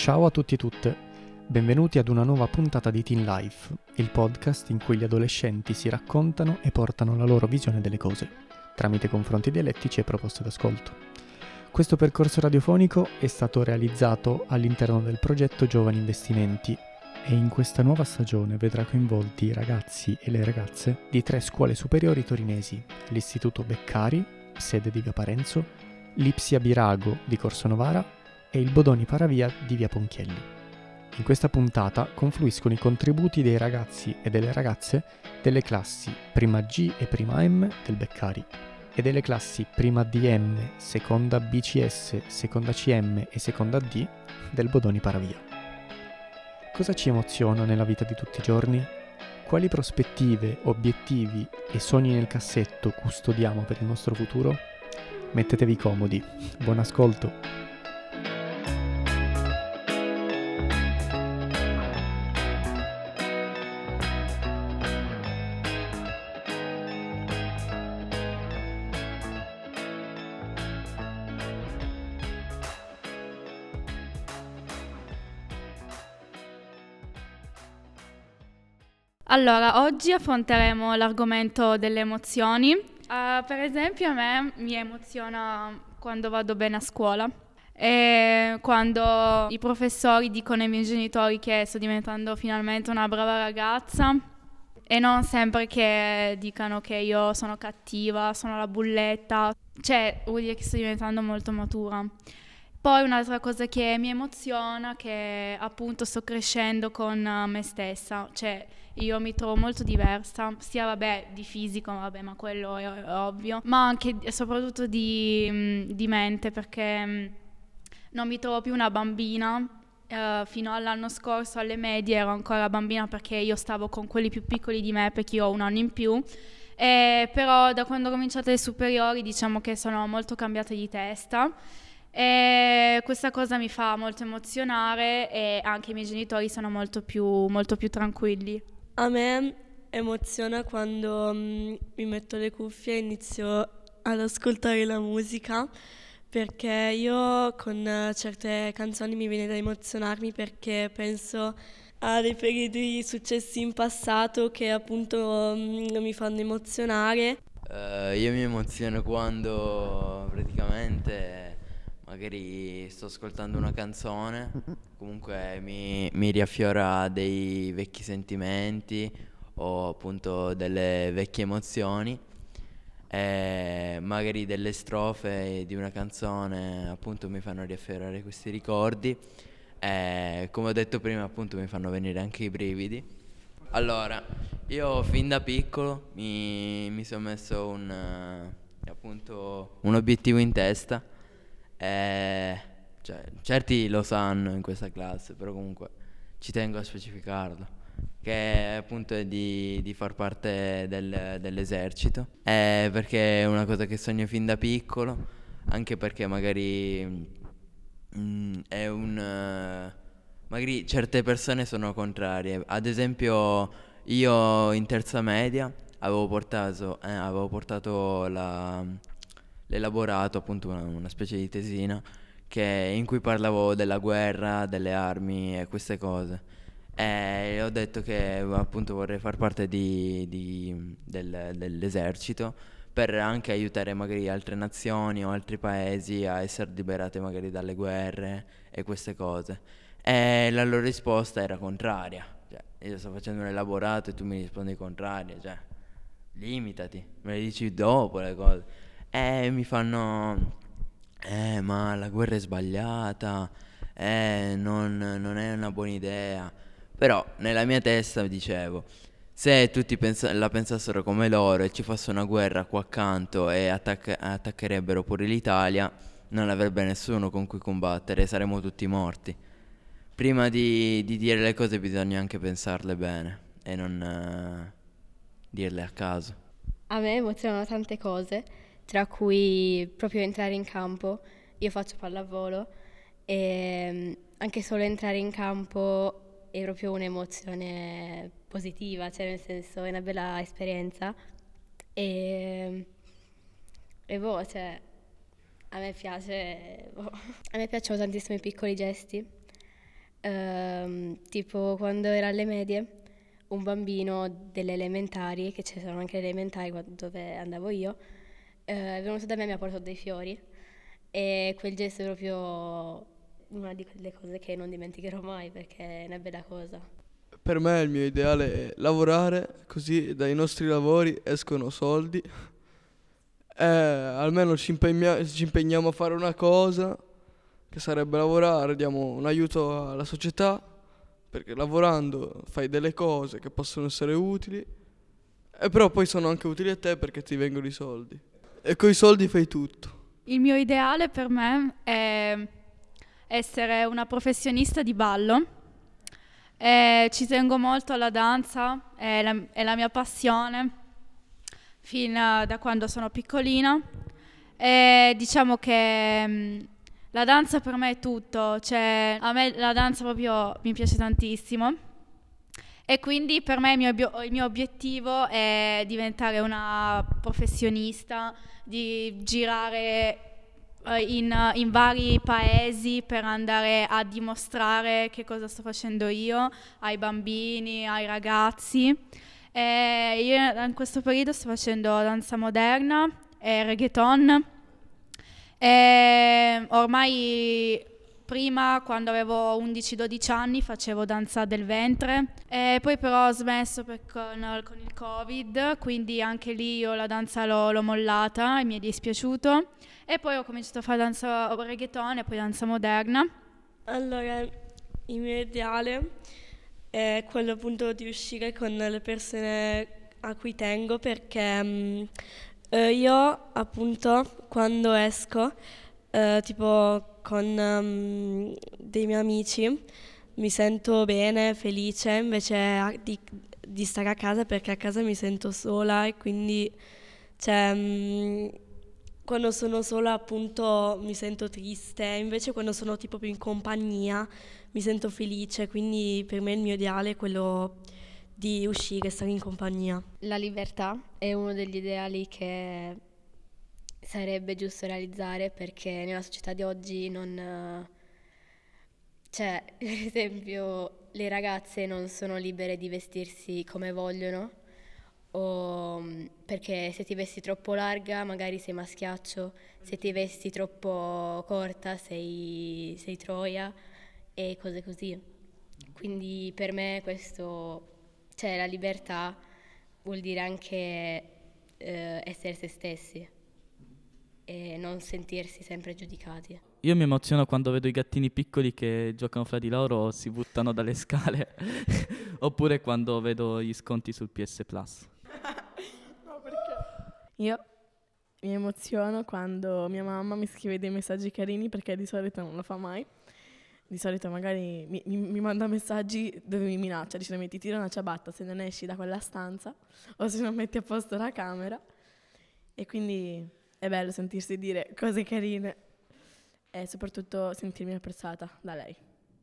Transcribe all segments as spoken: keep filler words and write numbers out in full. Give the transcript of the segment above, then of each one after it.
Ciao a tutti e tutte, benvenuti ad una nuova puntata di Teen Life, il podcast in cui gli adolescenti si raccontano e portano la loro visione delle cose, tramite confronti dialettici e proposte d'ascolto. Questo percorso radiofonico è stato realizzato all'interno del progetto Giovani Investimenti e in questa nuova stagione vedrà coinvolti i ragazzi e le ragazze di tre scuole superiori torinesi, l'Istituto Beccari, sede di Via Parenzo, l'Ipsia Birago di Corso Novara e il Bodoni Paravia di Via Ponchielli. In questa puntata confluiscono i contributi dei ragazzi e delle ragazze delle classi prima G e prima M del Beccari e delle classi prima D M, seconda B C S, seconda C M e seconda D del Bodoni Paravia. Cosa ci emoziona nella vita di tutti i giorni? Quali prospettive, obiettivi e sogni nel cassetto custodiamo per il nostro futuro? Mettetevi comodi. Buon ascolto! Allora, oggi affronteremo l'argomento delle emozioni. Uh, per esempio, a me mi emoziona quando vado bene a scuola e quando i professori dicono ai miei genitori che sto diventando finalmente una brava ragazza e non sempre che dicano che io sono cattiva, sono la bulletta, cioè vuol dire che sto diventando molto matura. Poi un'altra cosa che mi emoziona è che appunto sto crescendo con me stessa, cioè io mi trovo molto diversa, sia vabbè di fisico, vabbè ma quello è, è ovvio, ma anche e soprattutto di, di mente, perché non mi trovo più una bambina. Uh, fino all'anno scorso alle medie ero ancora bambina perché io stavo con quelli più piccoli di me perché io ho un anno in più. E però da quando ho cominciato le superiori diciamo che sono molto cambiata di testa. E questa cosa mi fa molto emozionare e anche i miei genitori sono molto più, molto più tranquilli. A me emoziona quando um, mi metto le cuffie e inizio ad ascoltare la musica, perché io con certe canzoni mi viene da emozionarmi perché penso a dei periodi successi in passato che appunto um, mi fanno emozionare. Uh, io mi emoziono quando praticamente magari sto ascoltando una canzone, comunque mi, mi riaffiora dei vecchi sentimenti o appunto delle vecchie emozioni, e magari delle strofe di una canzone appunto mi fanno riaffiorare questi ricordi e come ho detto prima appunto mi fanno venire anche i brividi. Allora, io fin da piccolo mi, mi sono messo un, uh, appunto un obiettivo in testa. Eh, cioè, certi lo sanno in questa classe, però comunque ci tengo a specificarlo, che appunto è di, di far parte del, dell'esercito, eh, perché è una cosa che sogno fin da piccolo, anche perché magari mh, è un... Uh, magari certe persone sono contrarie. Ad esempio io in terza media avevo portato, eh, avevo portato la... l'elaborato, appunto una, una specie di tesina che, in cui parlavo della guerra, delle armi e queste cose, e ho detto che appunto vorrei far parte di, di, del, dell'esercito per anche aiutare magari altre nazioni o altri paesi a essere liberate magari dalle guerre e queste cose, e la loro risposta era contraria. Cioè, io sto facendo un elaborato e tu mi rispondi contraria, cioè limitati, me le dici dopo le cose. E mi fanno, eh ma la guerra è sbagliata, eh non, non è una buona idea. Però nella mia testa dicevo, se tutti pens- la pensassero come loro e ci fosse una guerra qua accanto e attacca- attaccherebbero pure l'Italia, non avrebbe nessuno con cui combattere, saremmo tutti morti. Prima di, di dire le cose bisogna anche pensarle bene e non eh, dirle a caso. A me emozionano tante cose, tra cui proprio entrare in campo. Io faccio pallavolo e anche solo entrare in campo è proprio un'emozione positiva, cioè nel senso è una bella esperienza e, e boh, cioè a me piace, boh. A me piacciono tantissimo i piccoli gesti Ehm, tipo quando ero alle medie, un bambino delle elementari, che ci sono anche le elementari qua- dove andavo io, eh, è venuto da me e mi ha portato dei fiori e quel gesto è proprio una di quelle cose che non dimenticherò mai perché è una bella cosa. Per me il mio ideale è lavorare, così dai nostri lavori escono soldi. Eh, almeno ci, impegna- ci impegniamo a fare una cosa, che sarebbe lavorare, diamo un aiuto alla società, perché lavorando fai delle cose che possono essere utili, e però poi sono anche utili a te perché ti vengono i soldi. E coi soldi fai tutto. Il mio ideale per me è essere una professionista di ballo. Eh, ci tengo molto alla danza, è la, è la mia passione fin da quando sono piccolina. E diciamo che mh, la danza per me è tutto, cioè a me la danza proprio mi piace tantissimo. E quindi per me il mio, obio- il mio obiettivo è diventare una professionista, di girare eh, in, in vari paesi per andare a dimostrare che cosa sto facendo io ai bambini, ai ragazzi. E io in questo periodo sto facendo danza moderna e reggaeton. E ormai prima, quando avevo undici dodici anni, facevo danza del ventre, e poi però ho smesso per- con, con il Covid, quindi anche lì io la danza l'ho, l'ho mollata e mi è dispiaciuto. E poi ho cominciato a fare danza reggaeton e poi danza moderna. Allora, il mio ideale è quello appunto di uscire con le persone a cui tengo perché mh, eh, io appunto quando esco, eh, tipo con um, dei miei amici, mi sento bene, felice, invece a- di, di stare a casa perché a casa mi sento sola e quindi cioè, mh, quando sono sola appunto mi sento triste, invece quando sono tipo più in compagnia mi sento felice, quindi per me il mio ideale è quello di uscire, stare in compagnia. La libertà è uno degli ideali che sarebbe giusto realizzare perché nella società di oggi non... eh, cioè, per esempio, le ragazze non sono libere di vestirsi come vogliono o mm, perché se ti vesti troppo larga magari sei maschiaccio, se ti vesti troppo corta sei, sei troia e cose così. Quindi per me questo, cioè la libertà vuol dire anche eh, essere se stessi e non sentirsi sempre giudicati. Io mi emoziono quando vedo i gattini piccoli che giocano fra di loro o si buttano dalle scale, oppure quando vedo gli sconti sul P S Plus. Io mi emoziono quando mia mamma mi scrive dei messaggi carini perché di solito non lo fa mai. Di solito magari mi, mi- mi manda messaggi dove mi minaccia, dicendo ti tiro una ciabatta se non esci da quella stanza o se non metti a posto la camera. E quindi è bello sentirsi dire cose carine e soprattutto sentirmi apprezzata da lei.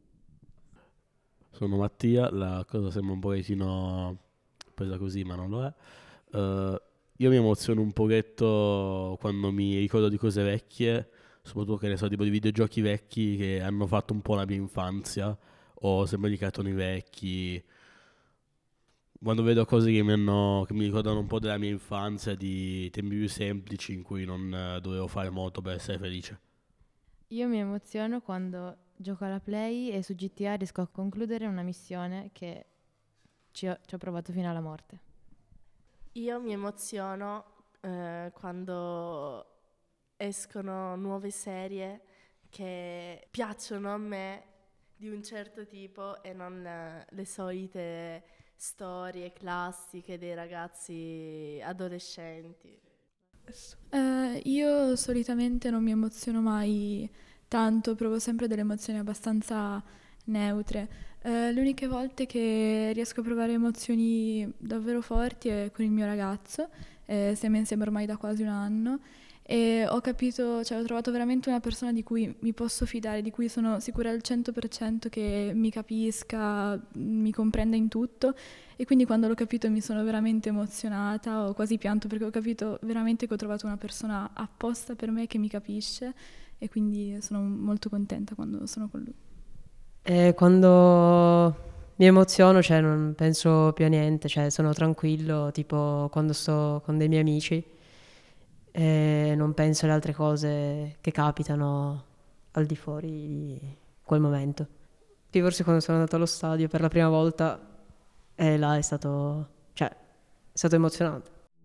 Sono Mattia, la cosa sembra un pochettino presa così, ma non lo è. Eh, io mi emoziono un pochetto quando mi ricordo di cose vecchie, soprattutto che ne so, tipo di videogiochi vecchi che hanno fatto un po' la mia infanzia, o sembra di cartoni vecchi. Quando vedo cose che mi, hanno, che mi ricordano un po' della mia infanzia, di tempi più semplici in cui non eh, dovevo fare molto per essere felice. Io mi emoziono quando gioco alla Play e su G T A riesco a concludere una missione che ci ho, ci ho provato fino alla morte. Io mi emoziono eh, quando escono nuove serie che piacciono a me di un certo tipo e non eh, le solite storie classiche dei ragazzi adolescenti. Eh, io solitamente non mi emoziono mai tanto, provo sempre delle emozioni abbastanza neutre. Eh, le uniche volte che riesco a provare emozioni davvero forti è con il mio ragazzo, eh, siamo insieme ormai da quasi un anno e ho capito, cioè ho trovato veramente una persona di cui mi posso fidare, di cui sono sicura al cento per cento che mi capisca, mi comprenda in tutto. E quindi quando l'ho capito mi sono veramente emozionata, ho quasi pianto perché ho capito veramente che ho trovato una persona apposta per me che mi capisce e quindi sono molto contenta quando sono con lui. E quando mi emoziono, cioè non penso più a niente, cioè sono tranquillo, tipo quando sto con dei miei amici e non penso alle altre cose che capitano al di fuori di quel momento. Sì, forse quando sono andato allo stadio per la prima volta, e là è stato, cioè, è stato emozionante.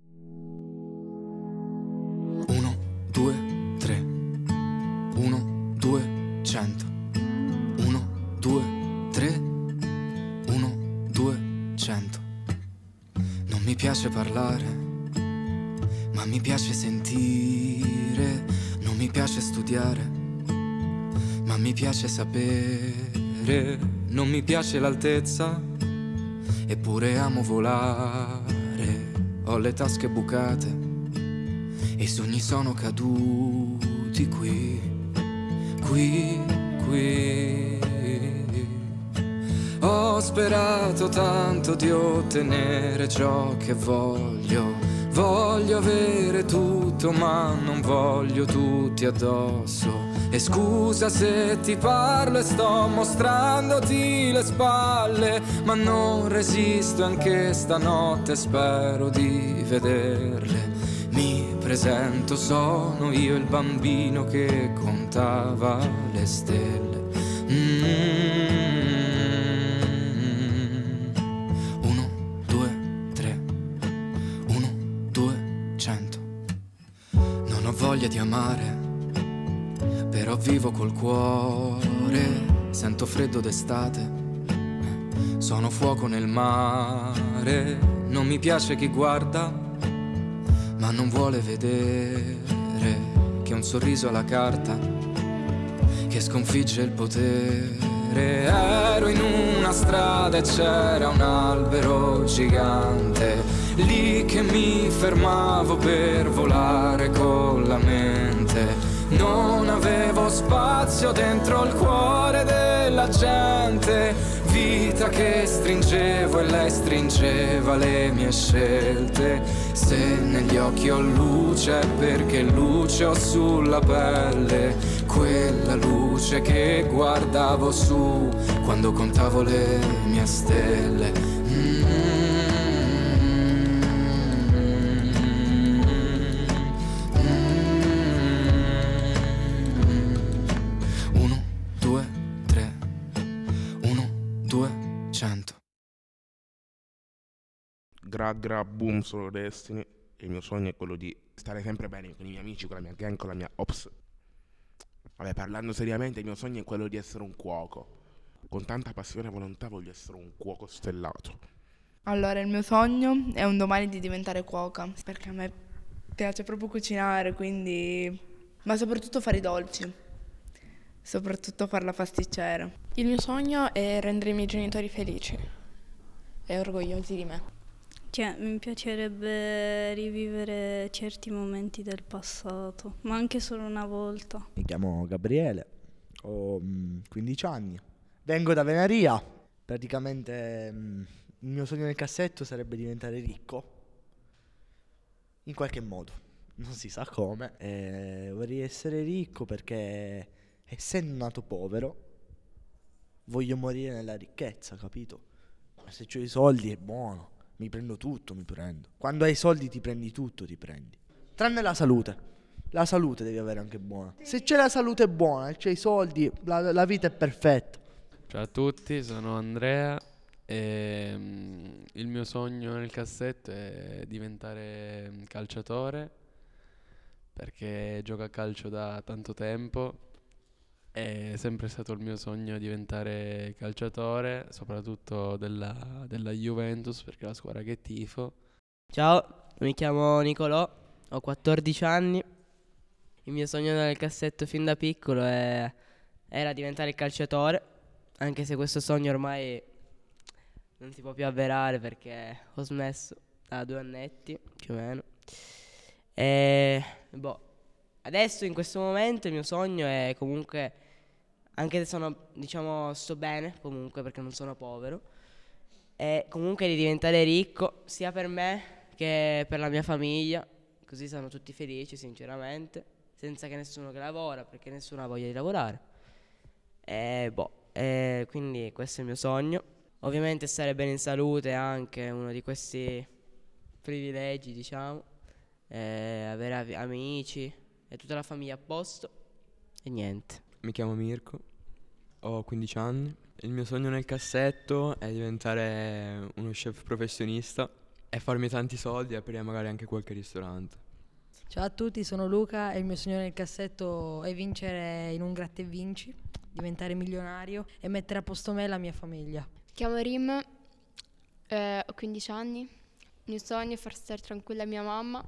Uno, due, tre. Uno, due, cento. Uno, due, tre. Uno, due, cento. Non mi piace parlare, ma mi piace sentire. Non mi piace studiare, ma mi piace sapere. Non mi piace l'altezza, eppure amo volare. Ho le tasche bucate e i sogni sono caduti qui, qui, qui. Ho sperato tanto di ottenere ciò che voglio. Voglio avere tutto, ma non voglio tutti addosso. E scusa se ti parlo e sto mostrandoti le spalle, ma non resisto anche stanotte, spero di vederle. Mi presento, sono io il bambino che contava le stelle. Mm-hmm. Uno, due, tre. Uno, due, cento. Non ho voglia di amare, però vivo col cuore. Sento freddo d'estate, sono fuoco nel mare. Non mi piace chi guarda, ma non vuole vedere che un sorriso alla carta che sconfigge il potere. Ero in una strada e c'era un albero gigante, lì che mi fermavo per volare con la mente. Non avevo spazio dentro il cuore della gente, vita che stringevo e lei stringeva le mie scelte. Se negli occhi ho luce è perché luce ho sulla pelle, quella luce che guardavo su quando contavo le mie stelle. Mm-hmm. Gra gra boom, sono Destiny e il mio sogno è quello di stare sempre bene con i miei amici, con la mia gang, con la mia ops. Vabbè, parlando seriamente, il mio sogno è quello di essere un cuoco. Con tanta passione e volontà voglio essere un cuoco stellato. Allora, il mio sogno è un domani di diventare cuoca, perché a me piace proprio cucinare, quindi... ma soprattutto fare i dolci, soprattutto fare la pasticcera. Il mio sogno è rendere i miei genitori felici e orgogliosi di me. Cioè, mi piacerebbe rivivere certi momenti del passato, ma anche solo una volta. Mi chiamo Gabriele, ho mm, quindici anni, vengo da Venaria. Praticamente mm, il mio sogno nel cassetto sarebbe diventare ricco, in qualche modo, non si sa come. E vorrei essere ricco perché, essendo nato povero, voglio morire nella ricchezza, capito? Se ho i soldi è buono. Mi prendo tutto, mi prendo. Quando hai i soldi ti prendi tutto, ti prendi. Tranne la salute. La salute devi avere anche buona. Se c'è la salute buona e c'è i soldi, la, la vita è perfetta. Ciao a tutti, sono Andrea e um, il mio sogno nel cassetto è diventare calciatore, perché gioco a calcio da tanto tempo. È sempre stato il mio sogno diventare calciatore, soprattutto della, della Juventus, perché è la squadra che tifo. Ciao, mi chiamo Nicolò, ho quattordici anni. Il mio sogno nel cassetto fin da piccolo è, era diventare calciatore, anche se questo sogno ormai non si può più avverare perché ho smesso da due annetti, più o meno. E boh, adesso in questo momento il mio sogno è comunque... anche se sono, diciamo, sto bene comunque perché non sono povero, e comunque di diventare ricco sia per me che per la mia famiglia, così sono tutti felici sinceramente, senza che nessuno che lavora, perché nessuno ha voglia di lavorare. E boh, E quindi questo è il mio sogno. Ovviamente stare bene in salute è anche uno di questi privilegi, diciamo. E avere av- amici e tutta la famiglia a posto. E niente. Mi chiamo Mirko, ho quindici anni. Il mio sogno nel cassetto è diventare uno chef professionista e farmi tanti soldi e aprire magari anche qualche ristorante. Ciao a tutti, sono Luca e il mio sogno nel cassetto è vincere in un gratta e vinci, diventare milionario e mettere a posto me e la mia famiglia. Mi chiamo Rim, eh, ho quindici anni. Il mio sogno è far stare tranquilla mia mamma,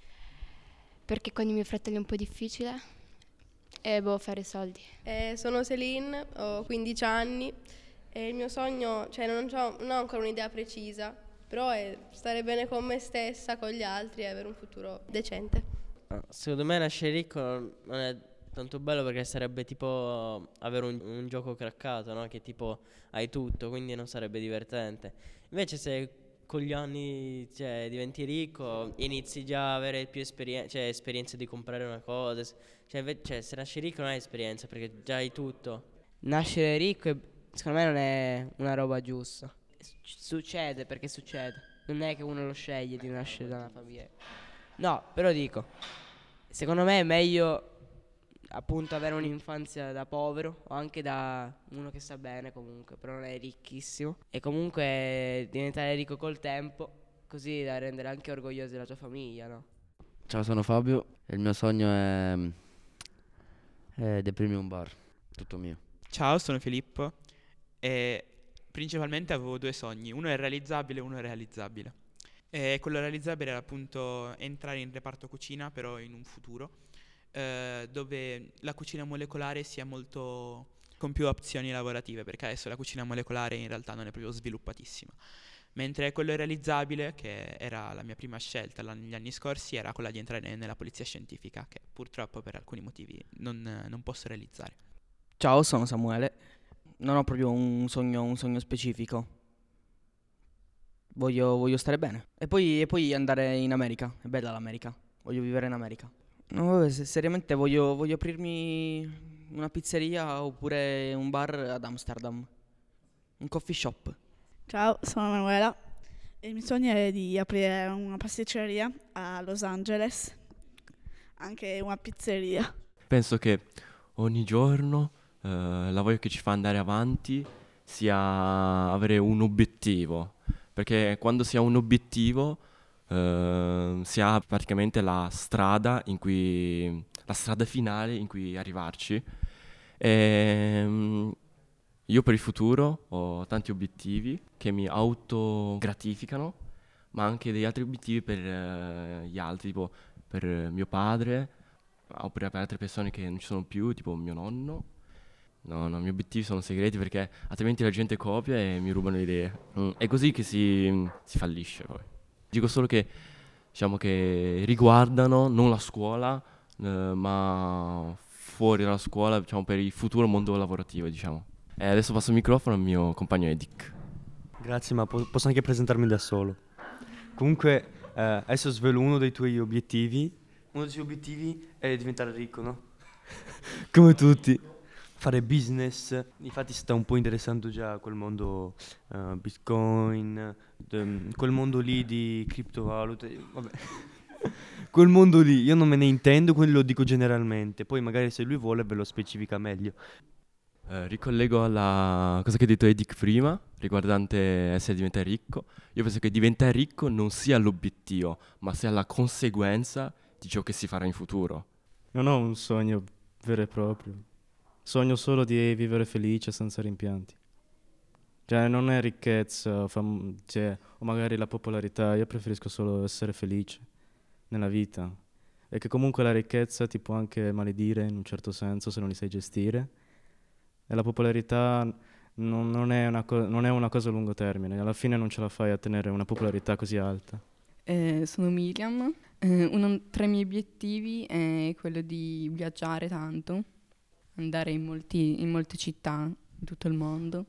perché con i miei fratelli è un po' difficile, e boh, fare soldi. Eh, sono Celine, ho quindici anni e il mio sogno, cioè non ho, non ho ancora un'idea precisa, però è stare bene con me stessa, con gli altri e avere un futuro decente. Secondo me nascere ricco non è tanto bello, perché sarebbe tipo avere un, un gioco craccato, no? Che tipo hai tutto, quindi non sarebbe divertente. Invece se con gli anni, cioè, diventi ricco, inizi già a avere più esperienza, cioè esperienza di comprare una cosa. Cioè, inve- cioè se nasci ricco non hai esperienza, perché già hai tutto. Nascere ricco è- secondo me non è una roba giusta. S- Succede perché succede. Non è che uno lo sceglie di nascere da una famiglia. No, però dico, secondo me è meglio appunto avere un'infanzia da povero o anche da uno che sta bene comunque, però non è ricchissimo, e comunque diventare ricco col tempo, così da rendere anche orgogliosi della tua famiglia, no? Ciao, sono Fabio e il mio sogno è, è di aprirmi un bar, tutto mio. Ciao, sono Filippo e principalmente avevo due sogni, uno è realizzabile e uno è realizzabile. E quello realizzabile era appunto entrare in reparto cucina, però in un futuro, eh, dove la cucina molecolare sia molto con più opzioni lavorative, perché adesso la cucina molecolare in realtà non è proprio sviluppatissima. Mentre quello realizzabile, che era la mia prima scelta l'an- negli anni scorsi, era quella di entrare nella polizia scientifica, che purtroppo per alcuni motivi non, non posso realizzare. Ciao, sono Samuele. Non ho proprio un sogno, un sogno specifico. Voglio, voglio stare bene. E poi, e poi andare in America. È bella l'America. Voglio vivere in America. No, vabbè, se- seriamente voglio, voglio aprirmi una pizzeria oppure un bar ad Amsterdam. Un coffee shop. Ciao, sono Manuela e il mio sogno è di aprire una pasticceria a Los Angeles, anche una pizzeria. Penso che ogni giorno eh, la voglia che ci fa andare avanti sia avere un obiettivo, perché quando si ha un obiettivo eh, si ha praticamente la strada in cui la strada finale in cui arrivarci. E, io per il futuro ho tanti obiettivi che mi autogratificano, ma anche degli altri obiettivi per eh, gli altri, tipo per mio padre, oppure per altre persone che non ci sono più, tipo mio nonno. No, no, i miei obiettivi sono segreti perché altrimenti la gente copia e mi rubano le idee. Mm, è così che si, si fallisce poi. Dico solo che, diciamo, che riguardano non la scuola, eh, ma fuori dalla scuola, diciamo, per il futuro mondo lavorativo, diciamo. E adesso passo il microfono al mio compagno Edic. Grazie, ma po- posso anche presentarmi da solo. Comunque, eh, adesso svelo uno dei tuoi obiettivi. Uno dei tuoi obiettivi è diventare ricco, no? Come tutti. Fare business. Infatti sta un po' interessando già quel mondo eh, Bitcoin, de- quel mondo lì di criptovalute. Vabbè. Quel mondo lì, io non me ne intendo, quindi lo dico generalmente. Poi magari se lui vuole ve lo specifica meglio. Eh, ricollego alla cosa che ha detto Edic prima, riguardante essere diventare ricco. Io penso che diventare ricco non sia l'obiettivo, ma sia la conseguenza di ciò che si farà in futuro. Non ho un sogno vero e proprio. Sogno solo di vivere felice senza rimpianti. Cioè, non è ricchezza, fam- cioè, o magari la popolarità. Io preferisco solo essere felice nella vita. E che comunque la ricchezza ti può anche maledire in un certo senso se non li sai gestire. E la popolarità non, non è una co- non è una cosa a lungo termine. Alla fine non ce la fai a tenere una popolarità così alta. Eh, sono Miriam. Eh, uno tra i miei obiettivi è quello di viaggiare tanto, andare in, molti, in molte città in tutto il mondo.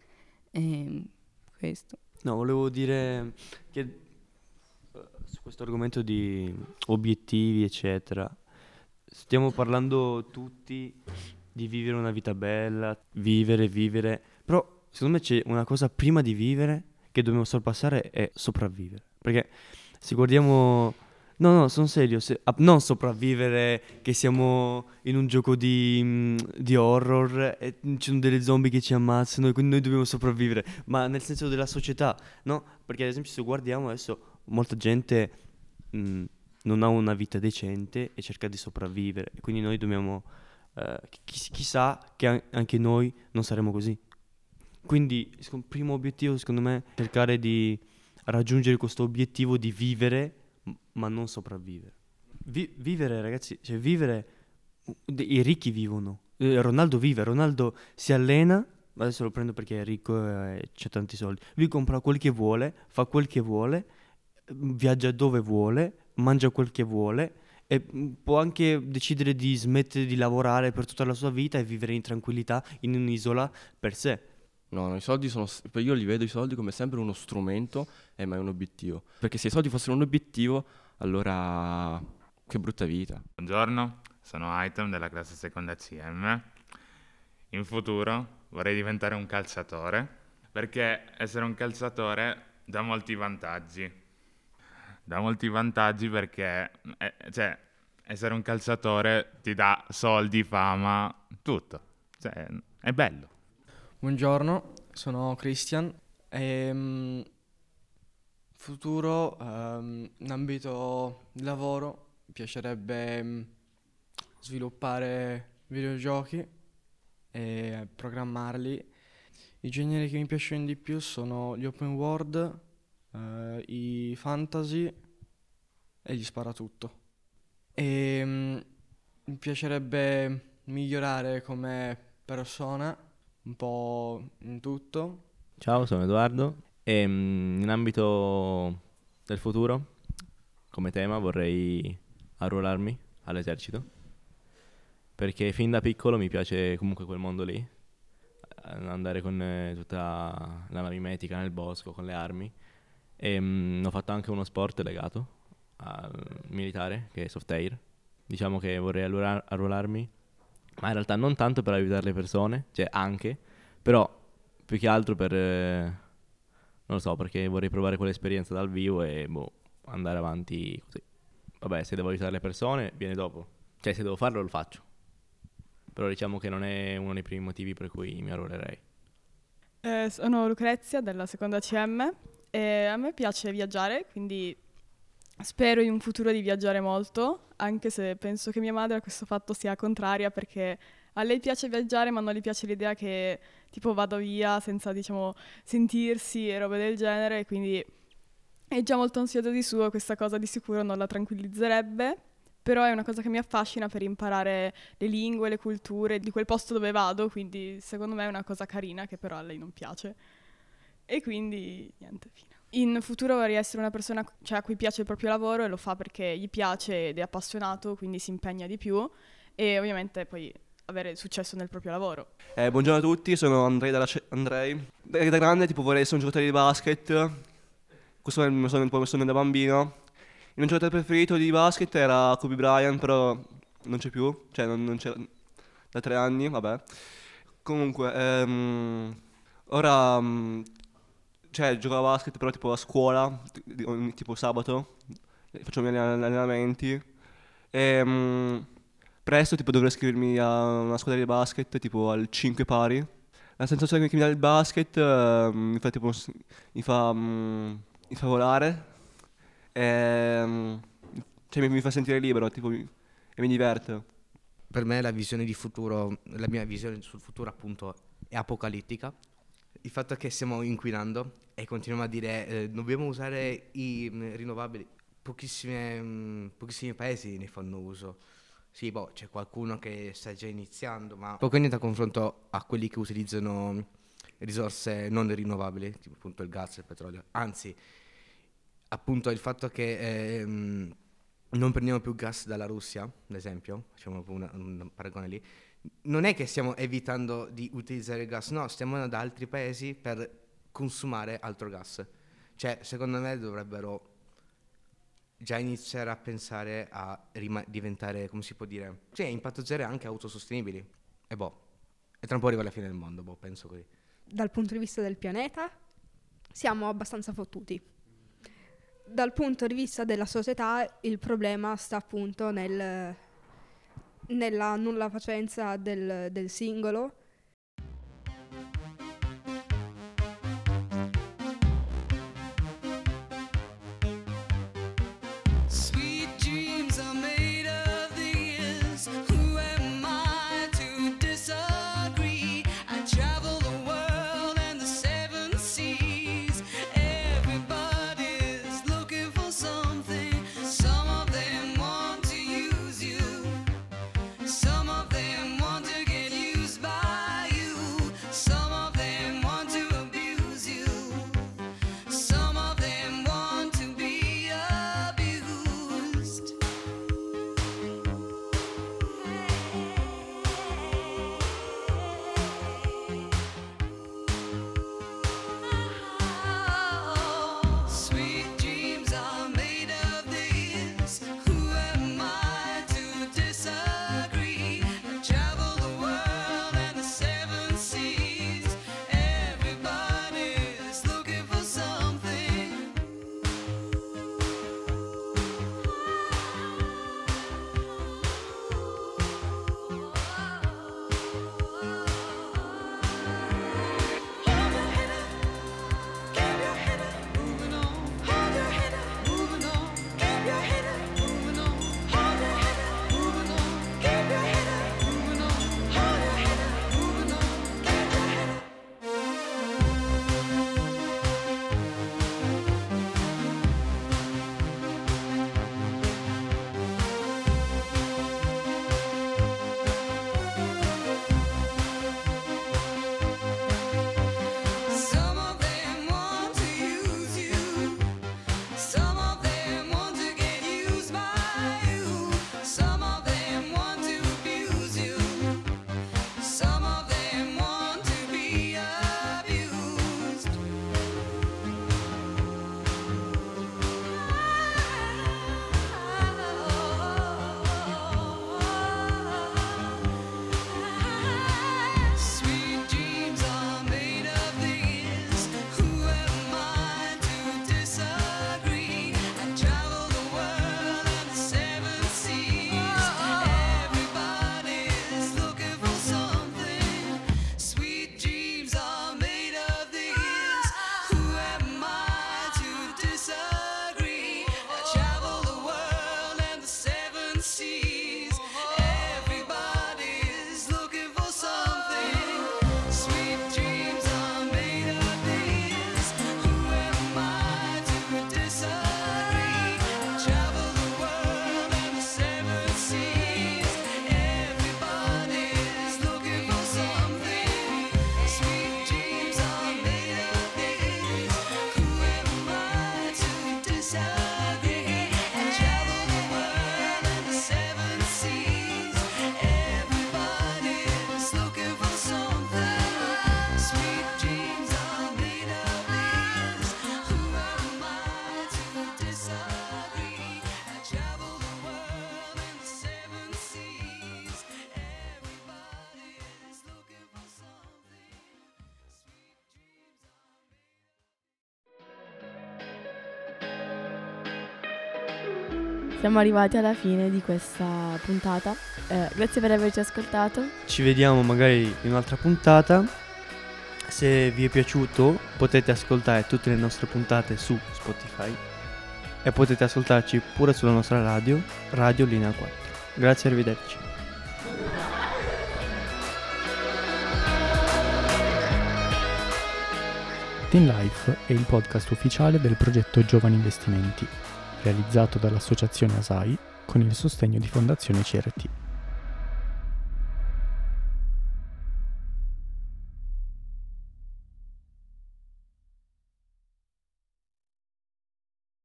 E questo. No, volevo dire che eh, su questo argomento di obiettivi, eccetera, stiamo parlando tutti di vivere una vita bella, vivere, vivere. Però secondo me c'è una cosa prima di vivere che dobbiamo sorpassare è sopravvivere. Perché se guardiamo... No, no, sono serio, se- ah, non sopravvivere che siamo in un gioco di, mm, di horror e ci sono delle zombie che ci ammazzano e quindi noi dobbiamo sopravvivere, ma nel senso della società, no? Perché ad esempio se guardiamo adesso molta gente mm, non ha una vita decente e cerca di sopravvivere, e quindi noi dobbiamo, eh, chi- chissà che an- anche noi non saremo così. Quindi il primo obiettivo secondo me è cercare di raggiungere questo obiettivo di vivere m- ma non sopravvivere. Vi- vivere ragazzi, cioè vivere, uh, de- i ricchi vivono. Eh, Ronaldo vive, Ronaldo si allena, adesso lo prendo perché è ricco e c'ha tanti soldi. Lui compra quel che vuole, fa quel che vuole, mm, viaggia dove vuole, mangia quel che vuole e mm, può anche decidere di smettere di lavorare per tutta la sua vita e vivere in tranquillità in un'isola per sé. No, no, i soldi sono... s- io li vedo i soldi come sempre uno strumento e mai un obiettivo. Perché se i soldi fossero un obiettivo, allora che brutta vita. Buongiorno, sono Item della classe seconda C M. In futuro vorrei diventare un calciatore perché essere un calciatore dà molti vantaggi. Dà molti vantaggi perché, eh, cioè, essere un calciatore ti dà soldi, fama, tutto. Cioè, è bello. Buongiorno, sono Christian. Ehm, futuro, ehm, in ambito di lavoro, mi piacerebbe mm, sviluppare videogiochi e programmarli. I generi che mi piacciono di più sono gli open world, eh, i fantasy e gli sparatutto. E mm, mi piacerebbe migliorare come persona un po' in tutto. Ciao, sono Edoardo e mm, in ambito del futuro, come tema, vorrei arruolarmi all'esercito perché fin da piccolo mi piace comunque quel mondo lì, eh, andare con eh, tutta la mimetica nel bosco, con le armi e mm, ho fatto anche uno sport legato al militare che è soft air. Diciamo che vorrei arruola- arruolarmi, ma in realtà non tanto per aiutare le persone, cioè anche, però più che altro per, eh, non lo so, perché vorrei provare quell'esperienza dal vivo e boh, andare avanti così. Vabbè, se devo aiutare le persone, viene dopo. Cioè, se devo farlo, lo faccio. Però diciamo che non è uno dei primi motivi per cui mi arruolerei. Eh, sono Lucrezia della seconda C M e a me piace viaggiare, quindi spero in un futuro di viaggiare molto, anche se penso che mia madre a questo fatto sia contraria perché a lei piace viaggiare ma non le piace l'idea che tipo vado via senza diciamo sentirsi e robe del genere, quindi è già molto ansiosa di suo, questa cosa di sicuro non la tranquillizzerebbe, però è una cosa che mi affascina per imparare le lingue, le culture di quel posto dove vado, quindi secondo me è una cosa carina che però a lei non piace. E quindi niente, fine. In futuro vorrei essere una persona cioè, a cui piace il proprio lavoro e lo fa perché gli piace ed è appassionato, quindi si impegna di più e ovviamente poi avere successo nel proprio lavoro. Eh, buongiorno a tutti, sono Andrei dalla Ce- Andrei. Da, da grande tipo vorrei essere un giocatore di basket. Questo è il mio sogno, il mio sogno da bambino. Il mio giocatore preferito di basket era Kobe Bryant, però non c'è più, cioè non, non c'è da tre anni, vabbè. Comunque, ehm, ora mm, cioè gioco a basket però tipo a scuola, t- ogni- tipo sabato, faccio i miei allen- allenamenti. E mm, presto tipo dovrei iscrivermi a una squadra di basket tipo al cinque pari. La sensazione che mi dà il basket eh, mi fa tipo s- mi fa mm, mi fa volare. E, cioè mi, mi fa sentire libero tipo, mi- e mi diverte. Per me la visione di futuro, la mia visione sul futuro appunto è apocalittica. Il fatto che stiamo inquinando e continuiamo a dire eh, dobbiamo usare i mh, rinnovabili, pochissime, mh, pochissimi paesi ne fanno uso. Sì, boh, c'è qualcuno che sta già iniziando, ma poco e niente a confronto a quelli che utilizzano risorse non rinnovabili, tipo appunto il gas e il petrolio. Anzi, appunto il fatto che ehm, non prendiamo più gas dalla Russia, ad esempio, facciamo una- un paragone lì, non è che stiamo evitando di utilizzare il gas, no, stiamo andando da altri paesi per consumare altro gas. Cioè, secondo me dovrebbero già iniziare a pensare a rima- diventare, come si può dire, cioè impatto zero e anche autosostenibili. e boh, e tra un po' arriva la fine del mondo, boh, penso così. Dal punto di vista del pianeta siamo abbastanza fottuti. Dal punto di vista della società il problema sta appunto nel, nella nulla facenza del, del singolo. Siamo arrivati alla fine di questa puntata. Eh, grazie per averci ascoltato. Ci vediamo magari in un'altra puntata. Se vi è piaciuto potete ascoltare tutte le nostre puntate su Spotify e potete ascoltarci pure sulla nostra radio, Radio Linea quattro. Grazie e arrivederci. Teen Life è il podcast ufficiale del progetto Giovani Investimenti, realizzato dall'associazione A S A I con il sostegno di Fondazione C R T.